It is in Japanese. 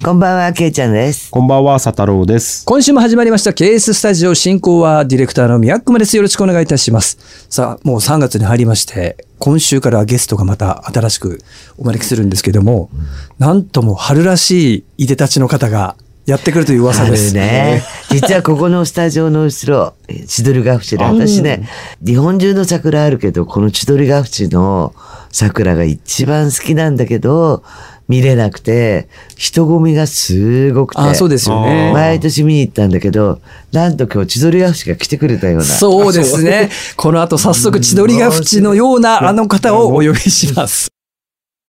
こんばんは、けいちゃんです。 こんばんは、佐太郎です。 今週も始まりましたケーススタジオ、進行はディレクターの宮久間です。よろしくお願いいたします。さあ、もう3月に入りまして、今週からゲストがまた新しくお招きするんですけども、なんとも春らしいいでたちの方がやってくるという噂ですね。実はここのスタジオの後ろ、千鳥ヶ淵で、私ね、日本中の桜あるけど、この千鳥ヶ淵の桜が一番好きなんだけど、見れなくて、人混みがすごくて。 そうですよね。 毎年見に行ったんだけど、なんと今日千鳥ヶ淵が来てくれたような。 そうですね。この後早速千鳥ヶ淵のようなあの方をお呼びします。